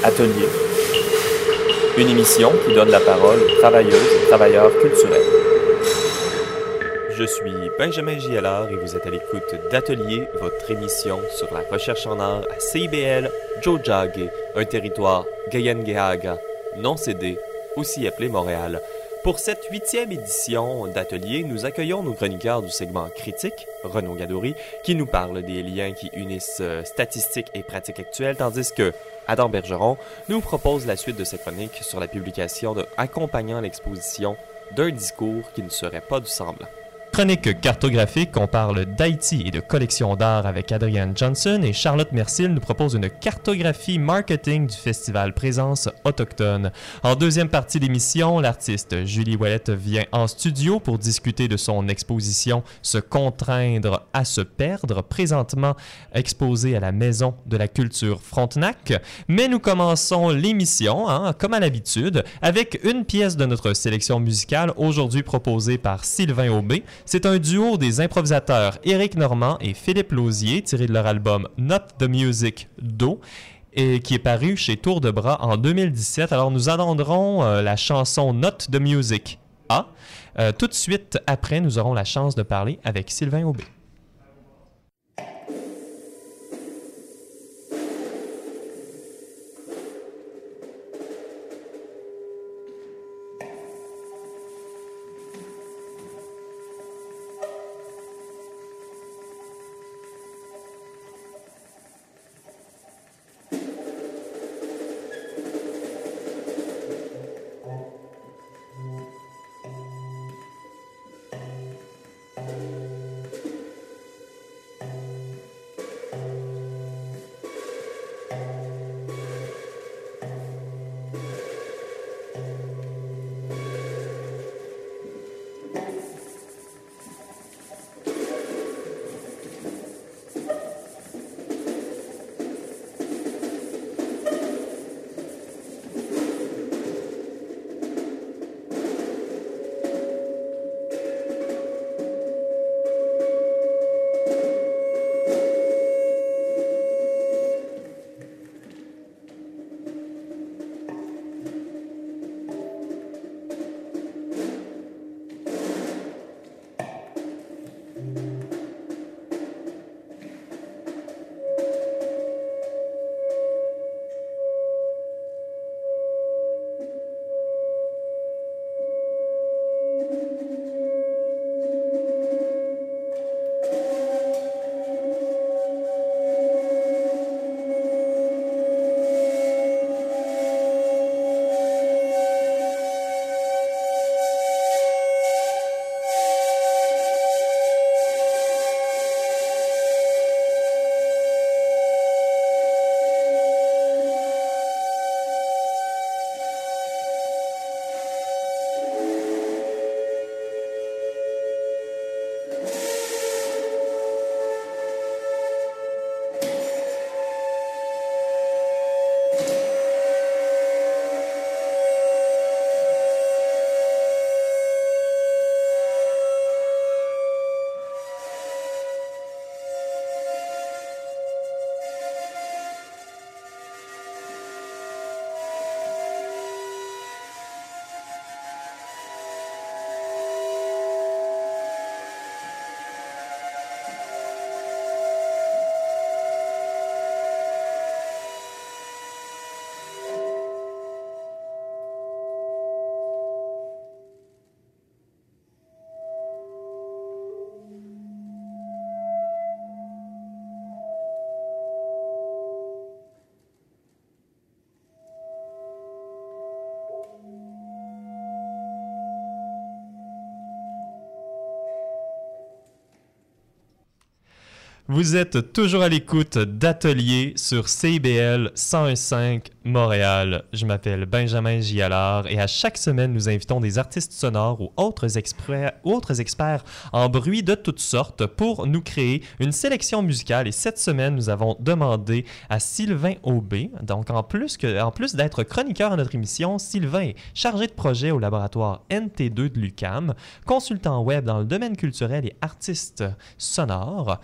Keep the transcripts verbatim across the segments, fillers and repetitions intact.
Atelier, une émission qui donne la parole aux travailleuses et travailleurs culturels. Je suis Benjamin Gialard et vous êtes à l'écoute d'Atelier, votre émission sur la recherche en art à C I B L Tiohtià:ke, un territoire Kanien'kehá:ka non cédé, aussi appelé Montréal. Pour cette huitième édition d'Atelier, nous accueillons nos chroniqueurs du segment critique, Renaud Gadouri, qui nous parle des liens qui unissent statistiques et pratiques actuelles, tandis que Adam Bergeron nous propose la suite de ses chroniques sur la publication de accompagnant l'exposition d'un discours qui ne serait pas du semblant. Chronique cartographique, on parle d'Haïti et de collection d'art avec Adrienne Johnson et Charlotte Mercil nous propose une cartographie marketing du festival Présence autochtone. En deuxième partie d'émission, l'artiste Julie Ouellette vient en studio pour discuter de son exposition Se contraindre à se perdre, présentement exposée à la Maison de la Culture Frontenac. Mais nous commençons l'émission, hein, comme à l'habitude, avec une pièce de notre sélection musicale, aujourd'hui proposée par Sylvain Aubé. C'est un duo des improvisateurs Éric Normand et Philippe Lausier, tiré de leur album Not the Music Do, et qui est paru chez Tour de Bras en deux mille dix-sept. Alors nous entendrons euh, la chanson Not the Music A. Euh, tout de suite après, nous aurons la chance de parler avec Sylvain Aubé. Vous êtes toujours à l'écoute d'Atelier sur C I B L cent un virgule cinq Montréal. Je m'appelle Benjamin Gialard et à chaque semaine, nous invitons des artistes sonores ou autres, experts, autres experts en bruit de toutes sortes pour nous créer une sélection musicale. Et cette semaine, nous avons demandé à Sylvain Aubé, donc en plus, que, en plus d'être chroniqueur à notre émission, Sylvain est chargé de projet au laboratoire N T deux de l'U Q A M, consultant web dans le domaine culturel et artiste sonore.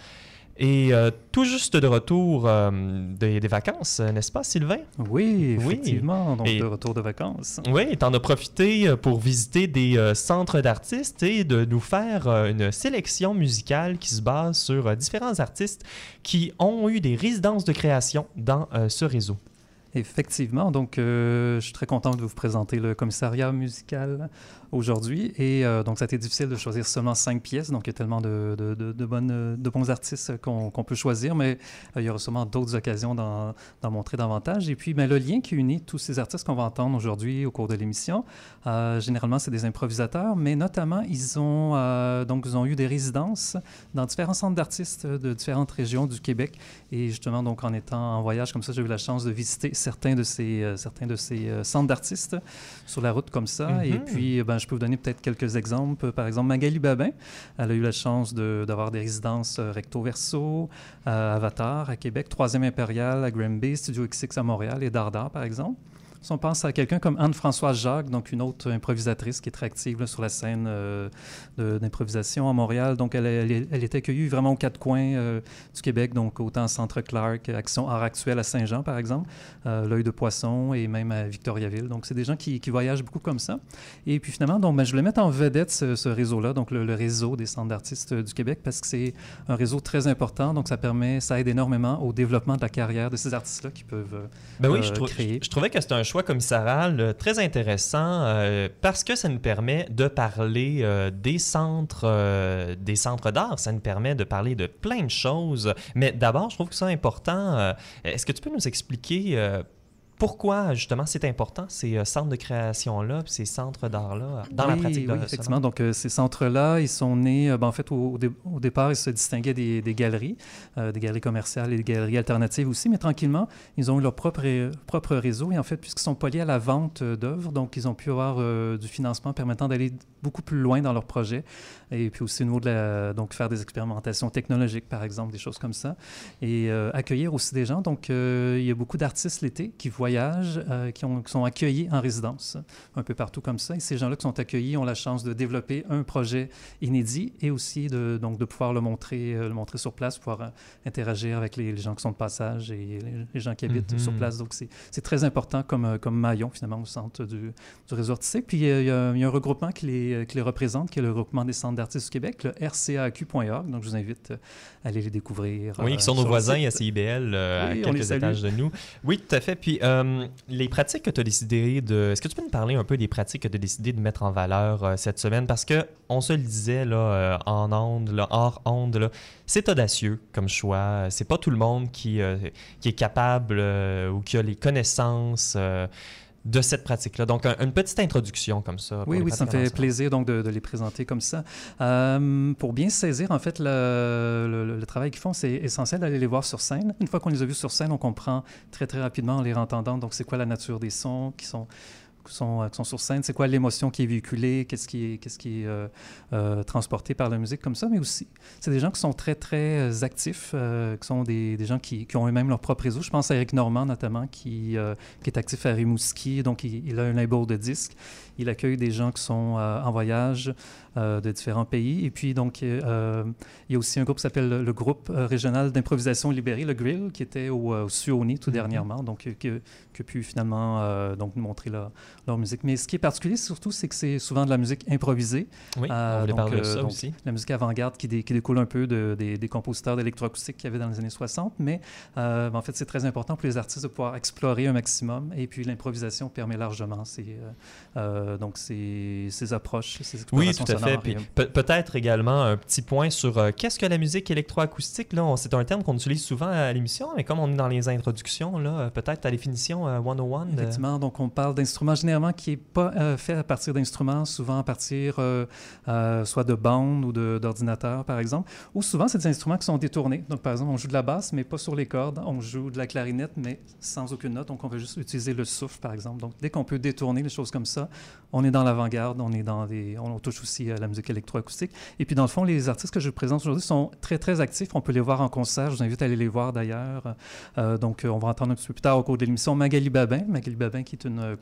Et euh, tout juste de retour euh, des, des vacances, n'est-ce pas, Sylvain? Oui, effectivement, oui. donc et, de retour de vacances. Oui, tu en as profité pour visiter des euh, centres d'artistes et de nous faire euh, une sélection musicale qui se base sur euh, différents artistes qui ont eu des résidences de création dans euh, ce réseau. Effectivement, donc euh, je suis très content de vous présenter le commissariat musical aujourd'hui. Et euh, donc, ça a été difficile de choisir seulement cinq pièces. Donc, il y a tellement de, de, de, de, bonnes, de bons artistes qu'on qu'on peut choisir, mais euh, il y aura sûrement d'autres occasions d'en, d'en montrer davantage. Et puis, ben, le lien qui unit tous ces artistes qu'on va entendre aujourd'hui au cours de l'émission, euh, généralement, c'est des improvisateurs, mais notamment, ils ont, euh, donc, ils ont eu des résidences dans différents centres d'artistes de différentes régions du Québec. Et justement, donc, en étant en voyage comme ça, j'ai eu la chance de visiter certains de ces, euh, certains de ces euh, centres d'artistes sur la route comme ça. Mm-hmm. Et puis, ben, je peux vous donner peut-être quelques exemples. Par exemple, Magali Babin, elle a eu la chance de, d'avoir des résidences euh, Recto Verso, euh, Avatar à Québec, Troisième Impérial à Granby, Studio X X à Montréal et Dardar, par exemple. Si on pense à quelqu'un comme Anne-Françoise Jacques, donc une autre improvisatrice qui est très active là, sur la scène euh, de, d'improvisation à Montréal. Donc, elle, elle, elle est accueillie vraiment aux quatre coins euh, du Québec, donc autant Centre Clark, Action Art Actuel à Saint-Jean, par exemple, euh, L'Œil de Poisson et même à Victoriaville. Donc, c'est des gens qui, qui voyagent beaucoup comme ça. Et puis, finalement, donc, ben, je voulais mettre en vedette ce, ce réseau-là, donc le, le réseau des centres d'artistes du Québec, parce que c'est un réseau très important. Donc, ça permet, ça aide énormément au développement de la carrière de ces artistes-là qui peuvent euh, ben oui, euh, je, trou- créer. Je, je trouvais que c'était un choix commissaral très intéressant euh, parce que ça nous permet de parler euh, des centres euh, des centres d'art, ça nous permet de parler de plein de choses. Mais d'abord, je trouve que c'est important. Euh, est-ce que tu peux nous expliquer euh, pourquoi, justement, c'est important, ces euh, centres de création-là, ces centres d'art-là, dans oui, la pratique de oui, effectivement. Donc, euh, ces centres-là, ils sont nés, euh, ben, en fait, au, au, dé- au départ, ils se distinguaient des, des galeries, euh, des galeries commerciales et des galeries alternatives aussi, mais tranquillement, ils ont eu leur propre, ré- propre réseau et, en fait, puisqu'ils sont pas liés à la vente euh, d'œuvres, donc, ils ont pu avoir euh, du financement permettant d'aller beaucoup plus loin dans leur projet et puis aussi au niveau de la, donc, faire des expérimentations technologiques, par exemple, des choses comme ça, et euh, accueillir aussi des gens. Donc, euh, il y a beaucoup d'artistes l'été qui voyagent Euh, qui, ont, qui sont accueillis en résidence, un peu partout comme ça. Et ces gens-là qui sont accueillis ont la chance de développer un projet inédit et aussi de, donc, de pouvoir le montrer, euh, le montrer sur place, pouvoir euh, interagir avec les, les gens qui sont de passage et les, les gens qui habitent mm-hmm. sur place. Donc, c'est, c'est très important comme, comme maillon, finalement, au centre du, du réseau artistique. Puis, il y, a, il y a un regroupement qui les, qui les représente, qui est le regroupement des centres d'artistes du Québec, le R C A Q point org. Donc, je vous invite à aller les découvrir. Oui, euh, qui sont nos voisins à C I B L, euh, oui, à quelques étages de nous. Oui, tout à fait. Puis, euh, les pratiques que tu as décidé de... Est-ce que tu peux nous parler un peu des pratiques que tu as décidé de mettre en valeur euh, cette semaine? Parce qu'on se le disait là, euh, en ondes, là, hors ondes, là, c'est audacieux comme choix. C'est pas tout le monde qui, euh, qui est capable euh, ou qui a les connaissances... Euh, de cette pratique-là. Donc, un, une petite introduction comme ça. Oui, oui, ça me fait plaisir donc de, de les présenter comme ça. Euh, pour bien saisir, en fait, le, le, le travail qu'ils font, c'est essentiel d'aller les voir sur scène. Une fois qu'on les a vus sur scène, on comprend très, très rapidement en les entendant. Donc, c'est quoi la nature des sons qui sont... Qui sont, qui sont sur scène, c'est quoi l'émotion qui est véhiculée, qu'est-ce qui est, qu'est-ce qui est euh, euh, transporté par la musique comme ça, mais aussi, c'est des gens qui sont très, très actifs, euh, qui sont des, des gens qui, qui ont eux-mêmes leur propre réseau. Je pense à Éric Normand, notamment, qui, euh, qui est actif à Rimouski, donc il, il a un label de disques. Il accueille des gens qui sont euh, en voyage euh, de différents pays. Et puis, donc, euh, il y a aussi un groupe qui s'appelle le, le Groupe régional d'improvisation libérée, le Grill, qui était au, au Suoni tout mm-hmm. dernièrement, donc qui, qui a pu finalement euh, donc, nous montrer leur, leur musique. Mais ce qui est particulier, surtout, c'est que c'est souvent de la musique improvisée. Oui, euh, on voulait parler de ça euh, donc, aussi. La musique avant-garde qui, dé, qui découle un peu de, des, des compositeurs d'électroacoustique qu'il y avait dans les années soixante. Mais euh, en fait, c'est très important pour les artistes de pouvoir explorer un maximum. Et puis, l'improvisation permet largement ces, euh, donc ces, ces approches, ces explorations oui, tout à fait. Puis, pe- peut-être également un petit point sur euh, qu'est-ce que la musique électroacoustique. Là, on, c'est un terme qu'on utilise souvent à l'émission, mais comme on est dans les introductions, là, peut-être ta définition euh, cent un. De... Effectivement, donc on parle d'instruments généralement qui n'est pas euh, fait à partir d'instruments, souvent à partir euh, euh, soit de bandes ou de, d'ordinateurs, par exemple, ou souvent c'est des instruments qui sont détournés. Donc par exemple, on joue de la basse, mais pas sur les cordes, on joue de la clarinette, mais sans aucune note, donc on va juste utiliser le souffle, par exemple. Donc dès qu'on peut détourner les choses comme ça, on est dans l'avant-garde, on est dans des, on touche aussi à la musique électroacoustique. Et puis dans le fond, les artistes que je présente aujourd'hui sont très très actifs. On peut les voir en concert. Je vous invite à aller les voir d'ailleurs. Euh, donc on va entendre un petit peu plus tard au cours de l'émission Magali Babin, Magali Babin qui est une compositrice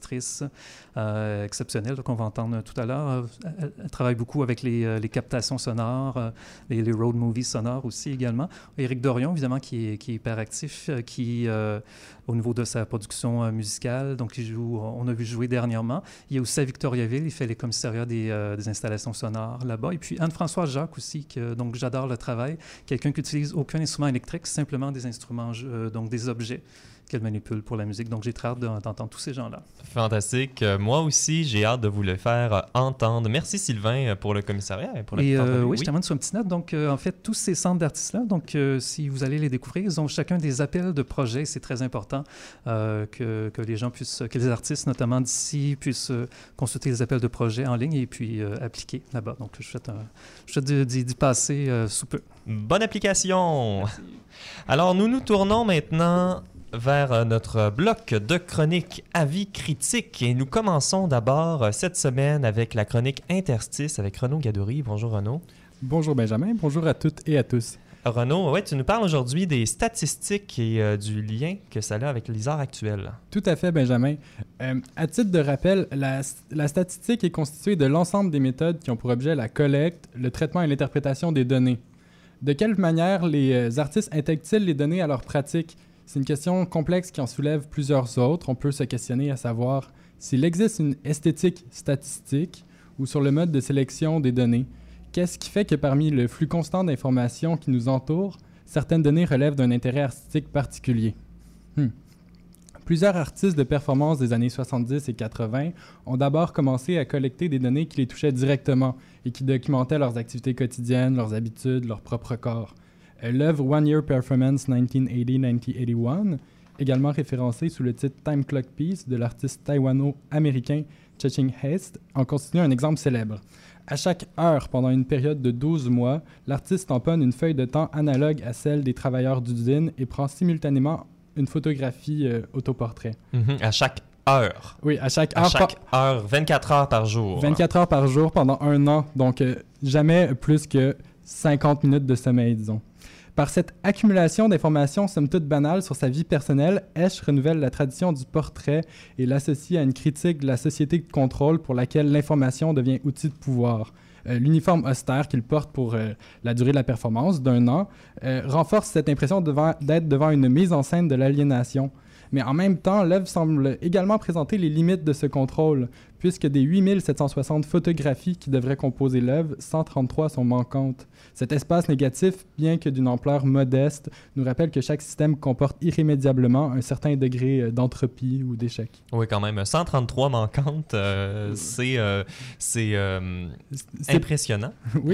compositrice euh, exceptionnelle qu'on va entendre tout à l'heure. Elle, elle travaille beaucoup avec les, les captations sonores, euh, les, les road movies sonores aussi également. Éric Dorion, évidemment, qui est, qui est hyper actif, qui, euh, au niveau de sa production euh, musicale, donc il joue, on a vu jouer dernièrement. Il y a aussi à Victoriaville, il fait les commissariats des, euh, des installations sonores là-bas. Et puis Anne-Françoise Jacques aussi, que, donc j'adore le travail. Quelqu'un qui n'utilise aucun instrument électrique, simplement des instruments, euh, donc des objets qu'elle manipule pour la musique. Donc, j'ai très hâte d'entendre tous ces gens-là. Fantastique. Euh, moi aussi, j'ai hâte de vous le faire euh, entendre. Merci, Sylvain, pour le commissariat et pour la et euh, oui, oui, je t'amène sur une petite note. Donc, euh, en fait, tous ces centres d'artistes-là, donc, euh, si vous allez les découvrir, ils ont chacun des appels de projets. C'est très important euh, que, que les gens puissent, que les artistes, notamment d'ici, puissent euh, consulter les appels de projets en ligne et puis euh, appliquer là-bas. Donc, je souhaite, euh, je souhaite d'y, d'y passer euh, sous peu. Bonne application! Merci. Alors, nous nous tournons maintenant vers notre bloc de chroniques avis critiques et nous commençons d'abord cette semaine avec la chronique Interstice avec Renaud Gadouri. Bonjour Renaud. Bonjour Benjamin, bonjour à toutes et à tous. Renaud, ouais, tu nous parles aujourd'hui des statistiques et euh, du lien que ça a avec les arts actuels. Tout à fait Benjamin. Euh, à titre de rappel, la, la statistique est constituée de l'ensemble des méthodes qui ont pour objet la collecte, le traitement et l'interprétation des données. De quelle manière les artistes intègrent-ils les données à leur pratique? C'est une question complexe qui en soulève plusieurs autres. On peut se questionner à savoir s'il existe une esthétique statistique ou sur le mode de sélection des données. Qu'est-ce qui fait que parmi le flux constant d'informations qui nous entoure, certaines données relèvent d'un intérêt artistique particulier? Hmm. Plusieurs artistes de performance des années soixante-dix et quatre-vingts ont d'abord commencé à collecter des données qui les touchaient directement et qui documentaient leurs activités quotidiennes, leurs habitudes, leur propre corps. L'œuvre One Year Performance nineteen eighty to nineteen eighty-one, également référencée sous le titre Time Clock Piece de l'artiste taïwano-américain Cheching Heist, en constitue un exemple célèbre. À chaque heure, pendant une période de douze mois, l'artiste tamponne une feuille de temps analogue à celle des travailleurs d'usine et prend simultanément une photographie euh, autoportrait. Mm-hmm. À chaque heure. Oui, à chaque à heure. chaque par... heure, vingt-quatre heures par jour. vingt-quatre heures par jour pendant un an, donc euh, jamais plus que cinquante minutes de sommeil, disons. Par cette accumulation d'informations somme toute banales sur sa vie personnelle, Esch renouvelle la tradition du portrait et l'associe à une critique de la société de contrôle pour laquelle l'information devient outil de pouvoir. Euh, l'uniforme austère qu'il porte pour euh, la durée de la performance, d'un an, euh, renforce cette impression devant, d'être devant une mise en scène de l'aliénation. Mais en même temps, l'œuvre semble également présenter les limites de ce contrôle, puisque des huit mille sept cent soixante photographies qui devraient composer l'œuvre, cent trente-trois sont manquantes. Cet espace négatif, bien que d'une ampleur modeste, nous rappelle que chaque système comporte irrémédiablement un certain degré d'entropie ou d'échec. Oui, quand même. cent trente-trois manquantes, euh, c'est, euh, c'est, euh, c'est impressionnant. Oui.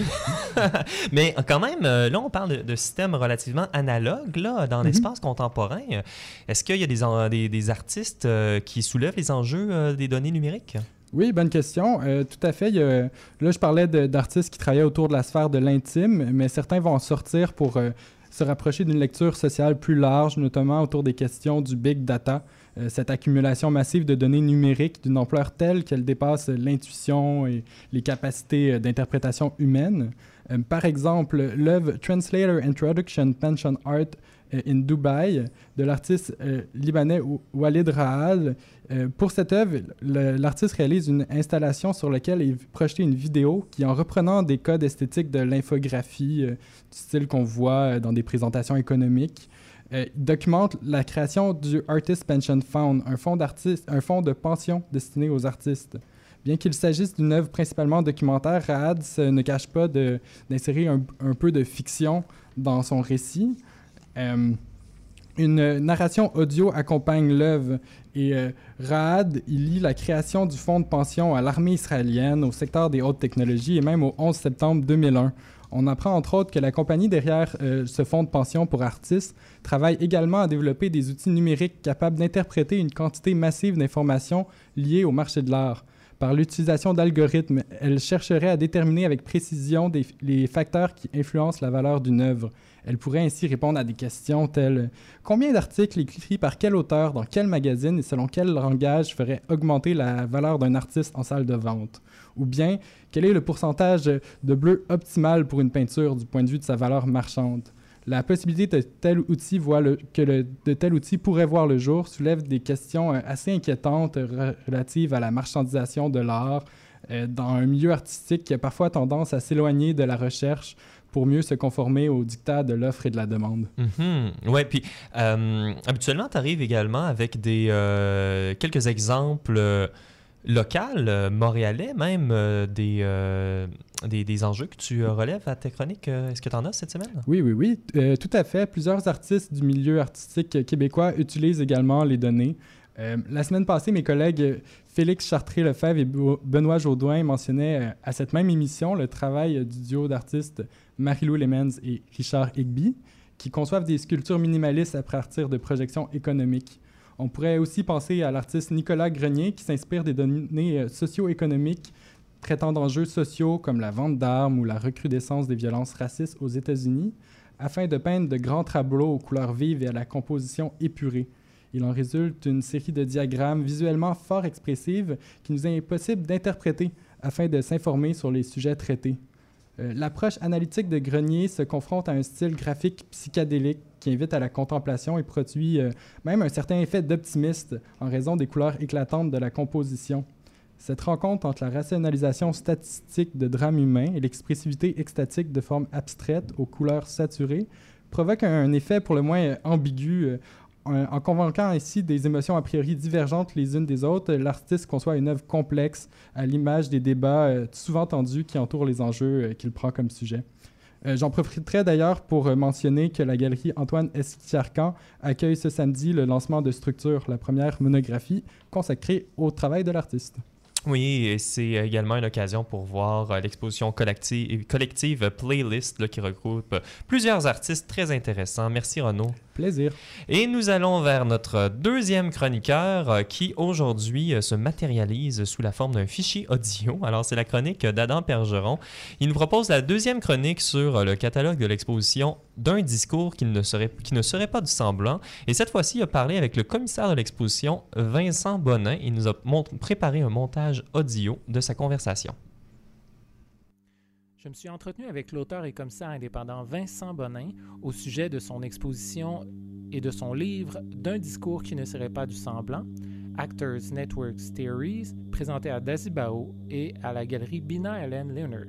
Mais quand même, là, on parle de, de systèmes relativement analogues là, dans mm-hmm. l'espace contemporain. Est-ce qu'il y a des, des, des artistes euh, qui soulèvent les enjeux euh, des données numériques? Oui, bonne question. Euh, tout à fait. Il y a, là, je parlais de, d'artistes qui travaillaient autour de la sphère de l'intime, mais certains vont en sortir pour euh, se rapprocher d'une lecture sociale plus large, notamment autour des questions du big data, euh, cette accumulation massive de données numériques d'une ampleur telle qu'elle dépasse l'intuition et les capacités d'interprétation humaine. Euh, par exemple, l'œuvre Translator Introduction Pension Art in Dubai de l'artiste euh, libanais Walid Rahal. Euh, pour cette œuvre, le, l'artiste réalise une installation sur laquelle est projetée une vidéo qui, en reprenant des codes esthétiques de l'infographie, euh, du style qu'on voit dans des présentations économiques, euh, documente la création du Artist Pension Fund, un fonds, d'artistes, un fonds de pension destiné aux artistes. Bien qu'il s'agisse d'une œuvre principalement documentaire, Rahad ne cache pas de, d'insérer un, un peu de fiction dans son récit. Euh, une narration audio accompagne l'œuvre et euh, Rahad il lie la création du fonds de pension à l'armée israélienne, au secteur des hautes technologies et même au onze septembre deux mille un. On apprend entre autres que la compagnie derrière euh, ce fonds de pension pour artistes travaille également à développer des outils numériques capables d'interpréter une quantité massive d'informations liées au marché de l'art. Par l'utilisation d'algorithmes, elle chercherait à déterminer avec précision des, les facteurs qui influencent la valeur d'une œuvre. Elle pourrait ainsi répondre à des questions telles « Combien d'articles écrits par quel auteur, dans quel magazine et selon quel langage ferait augmenter la valeur d'un artiste en salle de vente? » Ou bien « Quel est le pourcentage de bleu optimal pour une peinture du point de vue de sa valeur marchande? » La possibilité de tel outil voit le, que le, de tel outil pourrait voir le jour soulève des questions euh, assez inquiétantes euh, relatives à la marchandisation de l'art euh, dans un milieu artistique qui a parfois tendance à s'éloigner de la recherche pour mieux se conformer aux dictats de l'offre et de la demande. Mm-hmm. Oui, puis euh, habituellement, tu arrives également avec des, euh, quelques exemples euh, locaux, euh, montréalais même, euh, des, euh, des, des enjeux que tu relèves à tes chroniques. Est-ce que tu en as cette semaine? Oui, oui, oui, euh, tout à fait. Plusieurs artistes du milieu artistique québécois utilisent également les données. Euh, la semaine passée, mes collègues Félix Chartré-Lefebvre et Benoît Jaudoin mentionnaient euh, à cette même émission le travail du duo d'artistes Marie-Lou Lemens et Richard Higby, qui conçoivent des sculptures minimalistes à partir de projections économiques. On pourrait aussi penser à l'artiste Nicolas Grenier, qui s'inspire des données euh, socio-économiques traitant d'enjeux sociaux comme la vente d'armes ou la recrudescence des violences racistes aux États-Unis, afin de peindre de grands tableaux aux couleurs vives et à la composition épurée. Il en résulte une série de diagrammes visuellement fort expressives qui nous est impossible d'interpréter afin de s'informer sur les sujets traités. Euh, l'approche analytique de Grenier se confronte à un style graphique psychédélique qui invite à la contemplation et produit euh, même un certain effet d'optimiste en raison des couleurs éclatantes de la composition. Cette rencontre entre la rationalisation statistique de drames humains et l'expressivité extatique de formes abstraites aux couleurs saturées provoque un effet pour le moins ambigu. Euh, En convoquant ainsi des émotions a priori divergentes les unes des autres, l'artiste conçoit une œuvre complexe à l'image des débats euh, souvent tendus qui entourent les enjeux euh, qu'il prend comme sujet. Euh, j'en profiterai d'ailleurs pour euh, mentionner que la galerie Antoine Esquiarcan accueille ce samedi le lancement de Structure, la première monographie consacrée au travail de l'artiste. Oui, et c'est également une occasion pour voir euh, l'exposition collective, collective Playlist là, qui regroupe plusieurs artistes très intéressants. Merci Renaud. Plaisir. Et nous allons vers notre deuxième chroniqueur euh, qui aujourd'hui euh, se matérialise sous la forme d'un fichier audio. Alors c'est la chronique d'Adam Pergeron. Il nous propose la deuxième chronique sur euh, le catalogue de l'exposition d'un discours qui ne serait, qui ne serait pas du semblant. Et cette fois-ci, il a parlé avec le commissaire de l'exposition, Vincent Bonin. Il nous a mont- préparé un montage audio de sa conversation. Je me suis entretenu avec l'auteur et commissaire indépendant Vincent Bonin au sujet de son exposition et de son livre « D'un discours qui ne serait pas du semblant », Actors, Networks, Theories, présenté à Dazibao et à la galerie Bina Helen Leonard.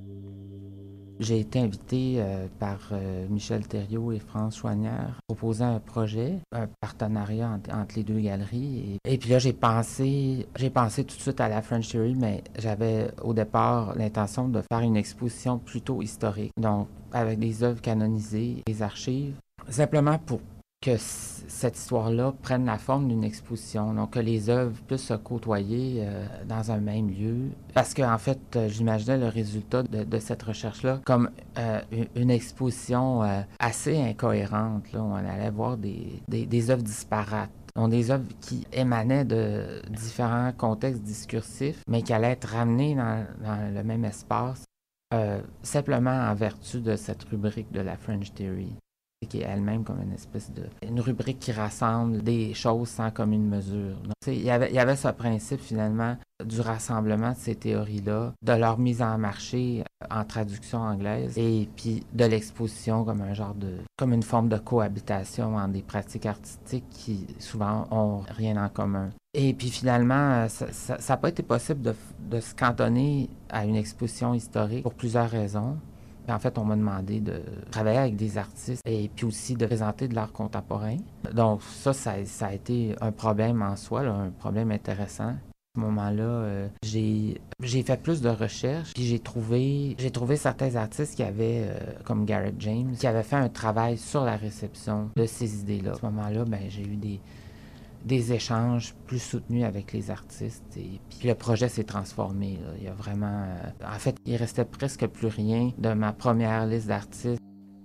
J'ai été invité euh, par euh, Michel Thériault et France Chouanière proposant un projet, un partenariat entre, entre les deux galeries. Et, et puis là, j'ai pensé, j'ai pensé tout de suite à la French Theory, mais j'avais au départ l'intention de faire une exposition plutôt historique, donc avec des œuvres canonisées, des archives, simplement pour que c- cette histoire-là prenne la forme d'une exposition, donc que les œuvres puissent se côtoyer euh, dans un même lieu. Parce qu'en en fait, euh, j'imaginais le résultat de, de cette recherche-là comme euh, une exposition euh, assez incohérente, là, où on allait voir des, des, des œuvres disparates. Donc, des œuvres qui émanaient de différents contextes discursifs, mais qui allaient être ramenées dans, dans le même espace, euh, simplement en vertu de cette rubrique de la French Theory, qui est elle-même comme une espèce de... une rubrique qui rassemble des choses sans commune mesure. Donc, il y avait, il y avait ce principe, finalement, du rassemblement de ces théories-là, de leur mise en marché en traduction anglaise, et puis de l'exposition comme un genre de... comme une forme de cohabitation entre des pratiques artistiques qui, souvent, ont rien en commun. Et puis, finalement, ça n'a pas été possible de, de se cantonner à une exposition historique pour plusieurs raisons. En fait, on m'a demandé de travailler avec des artistes et puis aussi de présenter de l'art contemporain. Donc ça, ça, ça a été un problème en soi, là, un problème intéressant. À ce moment-là, euh, j'ai, j'ai fait plus de recherches, puis j'ai trouvé, j'ai trouvé certains artistes qui avaient, euh, comme Garrett James, qui avaient fait un travail sur la réception de ces idées-là. À ce moment-là, ben, j'ai eu des... des échanges plus soutenus avec les artistes et puis le projet s'est transformé. Là. Il y a vraiment... Euh, en fait, il restait presque plus rien de ma première liste d'artistes.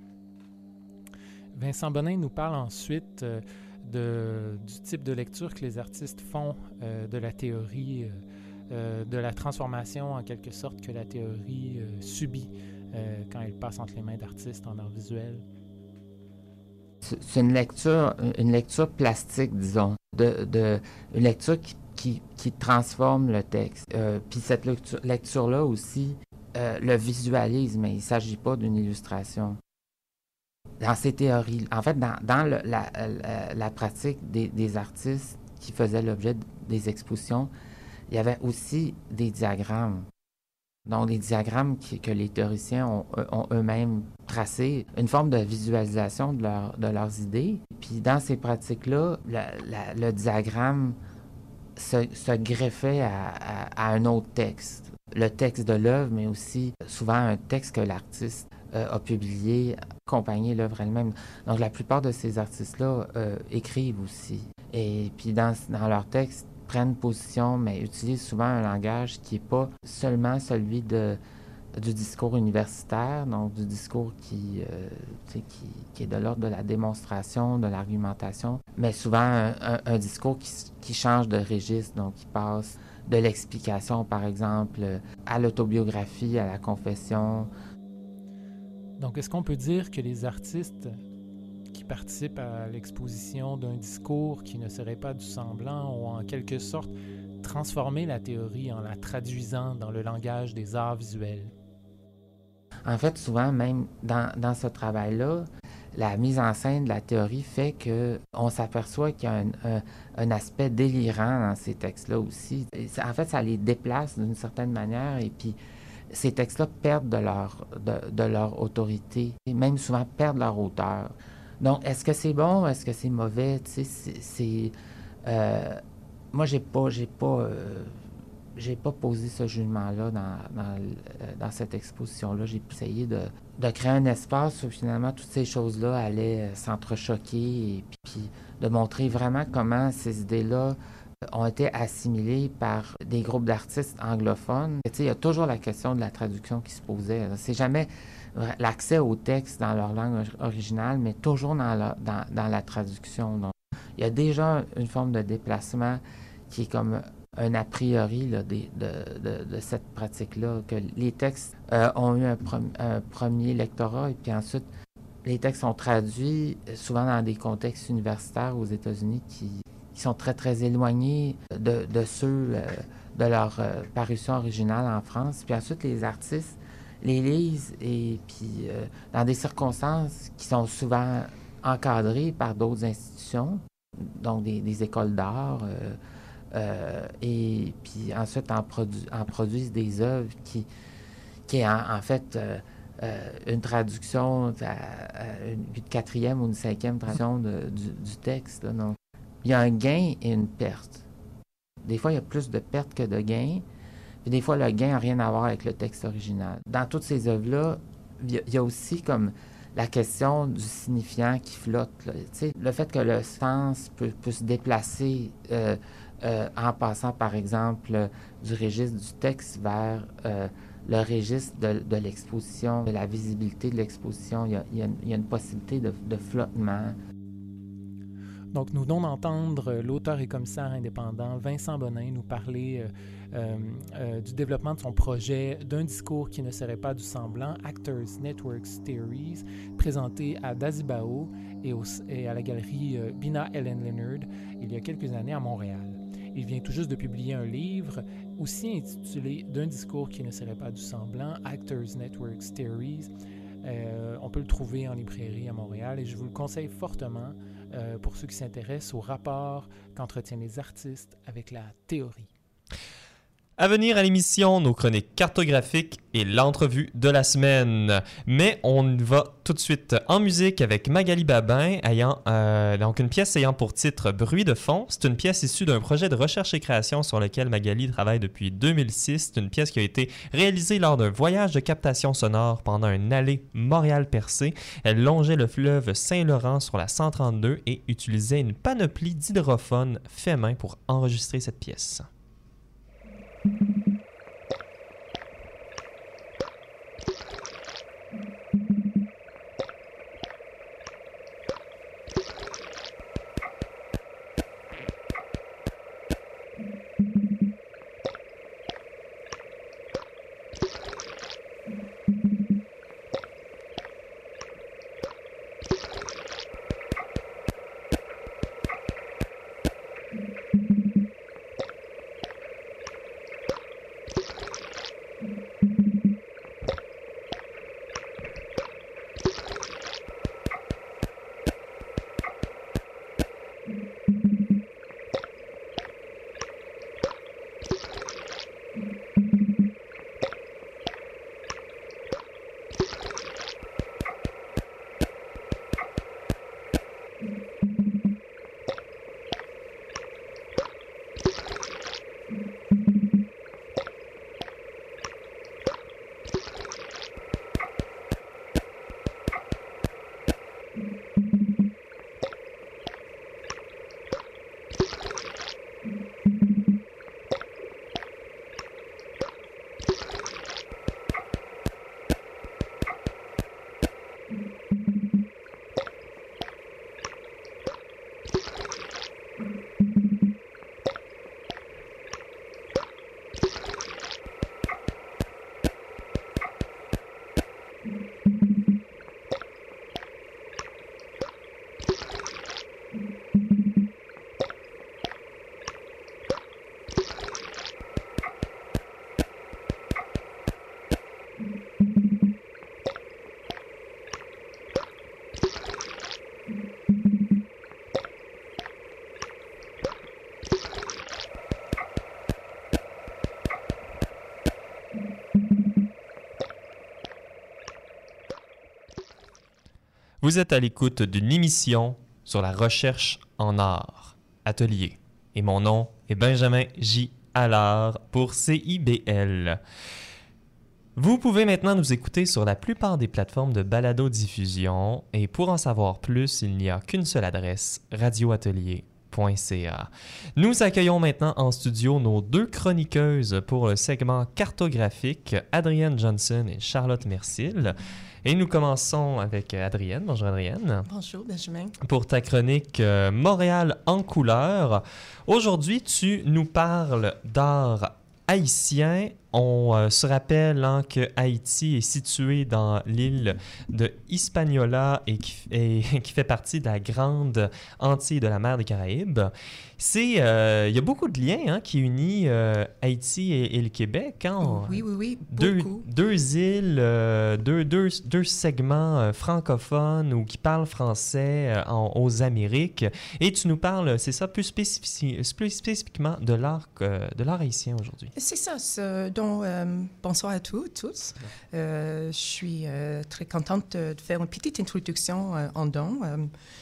Vincent Bonin nous parle ensuite euh, de, du type de lecture que les artistes font euh, de la théorie, euh, de la transformation en quelque sorte que la théorie euh, subit euh, quand elle passe entre les mains d'artistes en art visuel. C'est une lecture, une lecture plastique, disons, de, de une lecture qui, qui, qui transforme le texte. Euh, puis cette lecture, lecture-là aussi euh, le visualise, mais il ne s'agit pas d'une illustration. dans ces théories, en fait, dans, dans le, la, la, la pratique des, des artistes qui faisaient l'objet des expositions, il y avait aussi des diagrammes. Donc, des diagrammes qui, que les théoriciens ont, ont eux-mêmes tracés, une forme de visualisation de, leur, de leurs idées. Puis, dans ces pratiques-là, la, la, le diagramme se, se greffait à, à, à un autre texte. Le texte de l'œuvre, mais aussi souvent un texte que l'artiste euh, a publié, accompagné l'œuvre elle-même. Donc, la plupart de ces artistes-là euh, écrivent aussi. Et puis, dans, dans leurs textes, prennent position, mais utilisent souvent un langage qui n'est pas seulement celui de, du discours universitaire, donc du discours qui, euh, qui, qui est de l'ordre de la démonstration, de l'argumentation, mais souvent un, un, un discours qui, qui change de registre, donc qui passe de l'explication, par exemple, à l'autobiographie, à la confession. Donc, est-ce qu'on peut dire que les artistes qui participent à l'exposition d'un discours qui ne serait pas du semblant ont en quelque sorte transformé la théorie en la traduisant dans le langage des arts visuels? En fait, souvent, même dans, dans ce travail-là, la mise en scène de la théorie fait qu'on s'aperçoit qu'il y a un, un, un aspect délirant dans ces textes-là aussi. Et en fait, ça les déplace d'une certaine manière et puis ces textes-là perdent de leur, de, de leur autorité et même souvent perdent leur auteur. Donc, est-ce que c'est bon? Est-ce que c'est mauvais? Tu sais, c'est... c'est euh, moi, j'ai pas... J'ai pas... Euh, j'ai pas posé ce jugement-là dans, dans, dans cette exposition-là. J'ai essayé de, de créer un espace où, finalement, toutes ces choses-là allaient s'entrechoquer et puis, puis de montrer vraiment comment ces idées-là ont été assimilées par des groupes d'artistes anglophones. Tu sais, il y a toujours la question de la traduction qui se posait. C'est jamais l'accès au texte dans leur langue originale, mais toujours dans la, dans, dans la traduction. Donc, il y a déjà une forme de déplacement qui est comme un a priori là, de, de, de, de cette pratique-là, que les textes euh, ont eu un, pre- un premier lectorat et puis ensuite, les textes sont traduits souvent dans des contextes universitaires aux États-Unis qui, qui sont très, très éloignés de, de ceux euh, de leur euh, parution originale en France. Puis ensuite, les artistes les lisent et puis euh, dans des circonstances qui sont souvent encadrées par d'autres institutions, donc des, des écoles d'art, euh, euh, et puis ensuite en, produ- en produisent des œuvres qui, qui est en, en fait euh, euh, une traduction, à, à une, une quatrième ou une cinquième traduction de, du, du texte. Là, donc, il y a un gain et une perte. Des fois, il y a plus de pertes que de gains. Puis des fois, le gain n'a rien à voir avec le texte original. Dans toutes ces œuvres-là, il y, y a aussi comme la question du signifiant qui flotte. Là. Le fait que le sens peut, peut se déplacer euh, euh, en passant, par exemple, du registre du texte vers euh, le registre de, de l'exposition, de la visibilité de l'exposition. Il y a, il y a, il y a une possibilité de, de flottement. Donc, nous venons d'entendre l'auteur et commissaire indépendant Vincent Bonin nous parler euh, euh, euh, du développement de son projet d'un discours qui ne serait pas du semblant, Actors Networks Theories, présenté à Dazibao et, au, et à la galerie euh, Bina Ellen Leonard il y a quelques années à Montréal. Il vient tout juste de publier un livre aussi intitulé D'un discours qui ne serait pas du semblant, Actors Networks Theories. Euh, on peut le trouver en librairie à Montréal et je vous le conseille fortement euh, pour ceux qui s'intéressent au rapport qu'entretiennent les artistes avec la théorie. À venir à l'émission, nos chroniques cartographiques et l'entrevue de la semaine. Mais on va tout de suite en musique avec Magali Babin, ayant euh, donc une pièce ayant pour titre Bruit de fond. C'est une pièce issue d'un projet de recherche et création sur lequel Magali travaille depuis deux mille six. C'est une pièce qui a été réalisée lors d'un voyage de captation sonore pendant un allée Montréal-Percé. Elle longeait le fleuve Saint-Laurent sur la cent trente-deux et utilisait une panoplie d'hydrophones fait main pour enregistrer cette pièce. Vous êtes à l'écoute d'une émission sur la recherche en art, Atelier. Et mon nom est Benjamin J. Allard pour C I B L. Vous pouvez maintenant nous écouter sur la plupart des plateformes de balado-diffusion et pour en savoir plus, il n'y a qu'une seule adresse, radio atelier point c a. Nous accueillons maintenant en studio nos deux chroniqueuses pour le segment cartographique, Adrienne Johnson et Charlotte Mercil. Et nous commençons avec Adrienne. Bonjour Adrienne. Bonjour Benjamin. Pour ta chronique euh, Montréal en couleurs. Aujourd'hui, tu nous parles d'art haïtien. On euh, se rappelle hein, que Haïti est situé dans l'île de Hispaniola et qui, et, qui fait partie de la grande Antilles de la mer des Caraïbes. C'est, euh, il y a beaucoup de liens hein, qui unissent euh, Haïti et, et le Québec. Hein. Oui, oui, oui, deux, beaucoup. deux îles, euh, deux, deux, deux segments euh, francophones ou qui parlent français euh, en, aux Amériques. Et tu nous parles, c'est ça, plus, spécifi- plus spécifiquement de l'art, euh, de l'art haïtien aujourd'hui. C'est ça. C'est, donc, euh, bonsoir à tous, tous. Euh, je suis euh, très contente de faire une petite introduction euh, en don. Euh,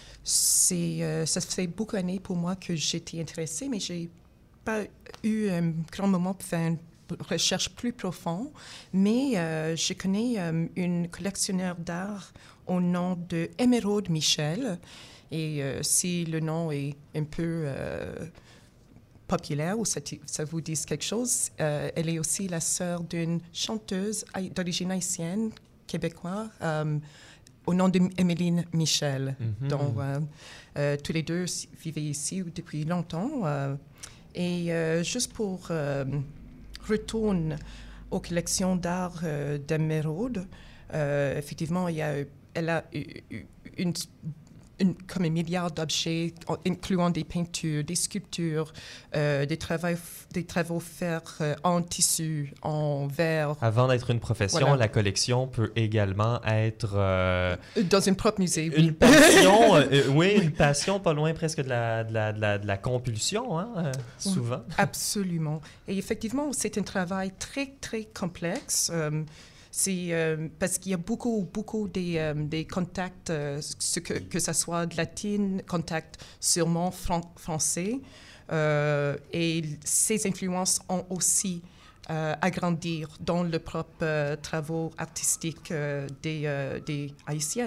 c'est, euh, ça fait beaucoup d'années pour moi que j'étais intéressée, mais je n'ai pas eu un grand moment pour faire une recherche plus profonde. Mais euh, je connais euh, une collectionneur d'art au nom de Émeraude Michel. Et euh, si le nom est un peu euh, populaire ou ça, ça vous dit quelque chose, euh, elle est aussi la sœur d'une chanteuse d'origine haïtienne, québécoise, euh, au nom d'Emeline Michel. Mm-hmm. Donc, euh, euh, tous les deux vivaient ici depuis longtemps. Euh, et euh, juste pour euh, retourner aux collections d'art euh, d'Émeraude, euh, effectivement, il y a, elle a une, une Une, comme un milliard d'objets, incluant des peintures, des sculptures, euh, des, travaux, des travaux faits euh, en tissu, en verre. Avant d'être une profession, voilà. La collection peut également être... Euh, Dans un propre musée, oui. Une passion, euh, oui, une passion pas loin presque de la, de la, de la, de la compulsion, hein, euh, souvent. Oui, absolument. Et effectivement, c'est un travail très, très complexe. Euh, C'est euh, parce qu'il y a beaucoup, beaucoup des, euh, des contacts, euh, ce que, que ce soit de latine, contacts sûrement fran- français. Euh, et ces influences ont aussi euh, agrandi dans le propre euh, travaux artistiques euh, des, euh, des Haïtiens.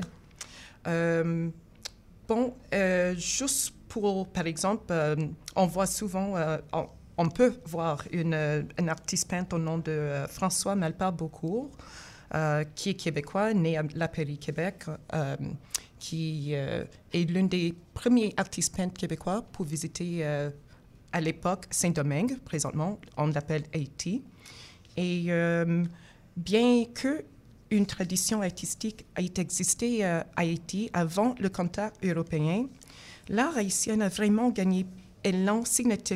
Euh, bon, euh, juste pour, par exemple, euh, on voit souvent... Euh, on, On peut voir une, un artiste peintre au nom de euh, François Malpart-Beaucourt, euh, qui est québécois, né à La Prairie, Québec, euh, qui euh, est l'un des premiers artistes peintres québécois pour visiter euh, à l'époque Saint-Domingue. Présentement, on l'appelle Haïti. Et euh, bien qu'une tradition artistique ait existé euh, à Haïti avant le contact européen, l'art haïtien a vraiment gagné élan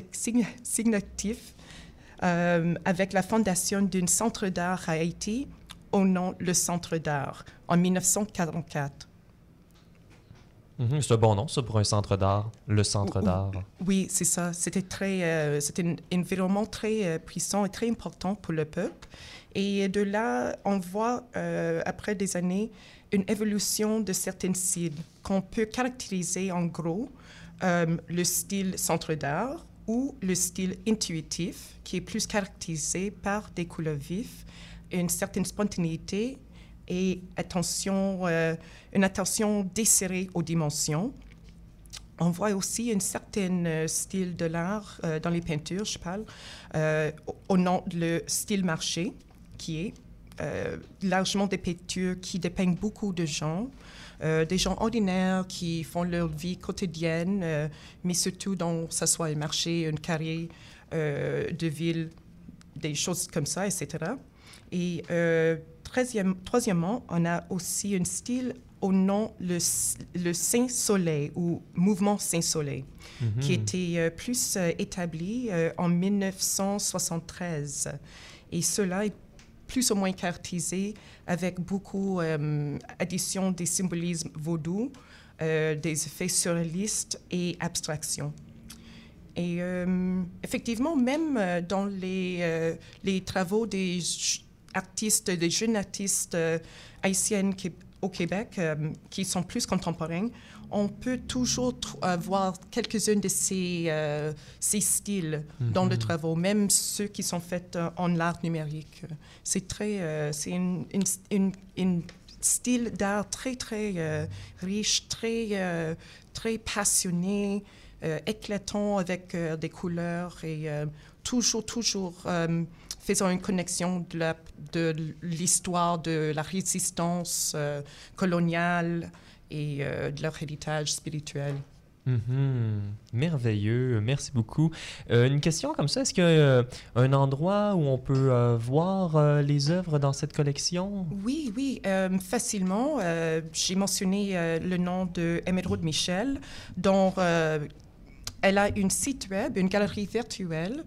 significatif euh, avec la fondation d'un centre d'art à Haïti au nom le Centre d'art en dix-neuf cent quarante-quatre. Mm-hmm, c'est un bon nom, ça, pour un centre d'art, le Centre ou, d'art. Oui, c'est ça. C'était, très, euh, c'était un environnement très euh, puissant et très important pour le peuple. Et de là, on voit, euh, après des années, une évolution de certains styles qu'on peut caractériser en gros Euh, le style centre d'art ou le style intuitif, qui est plus caractérisé par des couleurs vives, une certaine spontanéité et attention, euh, une attention desserrée aux dimensions. On voit aussi un certain euh, style de l'art euh, dans les peintures, je parle, euh, au, au nom de le style marché, qui est euh, largement des peintures qui dépeignent beaucoup de gens. Euh, des gens ordinaires qui font leur vie quotidienne, euh, mais surtout dans, ça soit un marché, une carrière euh, de ville, des choses comme ça, et cetera. Et euh, troisième, troisièmement, on a aussi un style au nom le, le Saint-Soleil ou mouvement Saint-Soleil, mm-hmm. qui était euh, plus euh, établi euh, en dix-neuf cent soixante-treize. Et cela est plus ou moins caractérisé avec beaucoup d'additions euh, des symbolismes vaudous, euh, des effets surréalistes et abstractions. Et euh, effectivement, même euh, dans les, euh, les travaux des artistes, des jeunes artistes euh, haïtiennes, au Québec euh, qui sont plus contemporains, on peut toujours tr- euh, voir quelques-uns de ces, euh, ces styles mm-hmm. dans le travail, même ceux qui sont faits euh, en art numérique. C'est très, euh, c'est une, une, une, une style d'art très, très euh, riche, très, euh, très passionné, euh, éclatant avec euh, des couleurs et euh, toujours, toujours euh, faisant une connexion de, la, de l'histoire de la résistance euh, coloniale et euh, de leur héritage spirituel. Mm-hmm. Merveilleux, merci beaucoup. Euh, une question comme ça, est-ce qu'il y a euh, un endroit où on peut euh, voir euh, les œuvres dans cette collection? Oui, oui, euh, facilement. Euh, j'ai mentionné euh, le nom de Émeraude Michel, dont euh, elle a une site web, une galerie virtuelle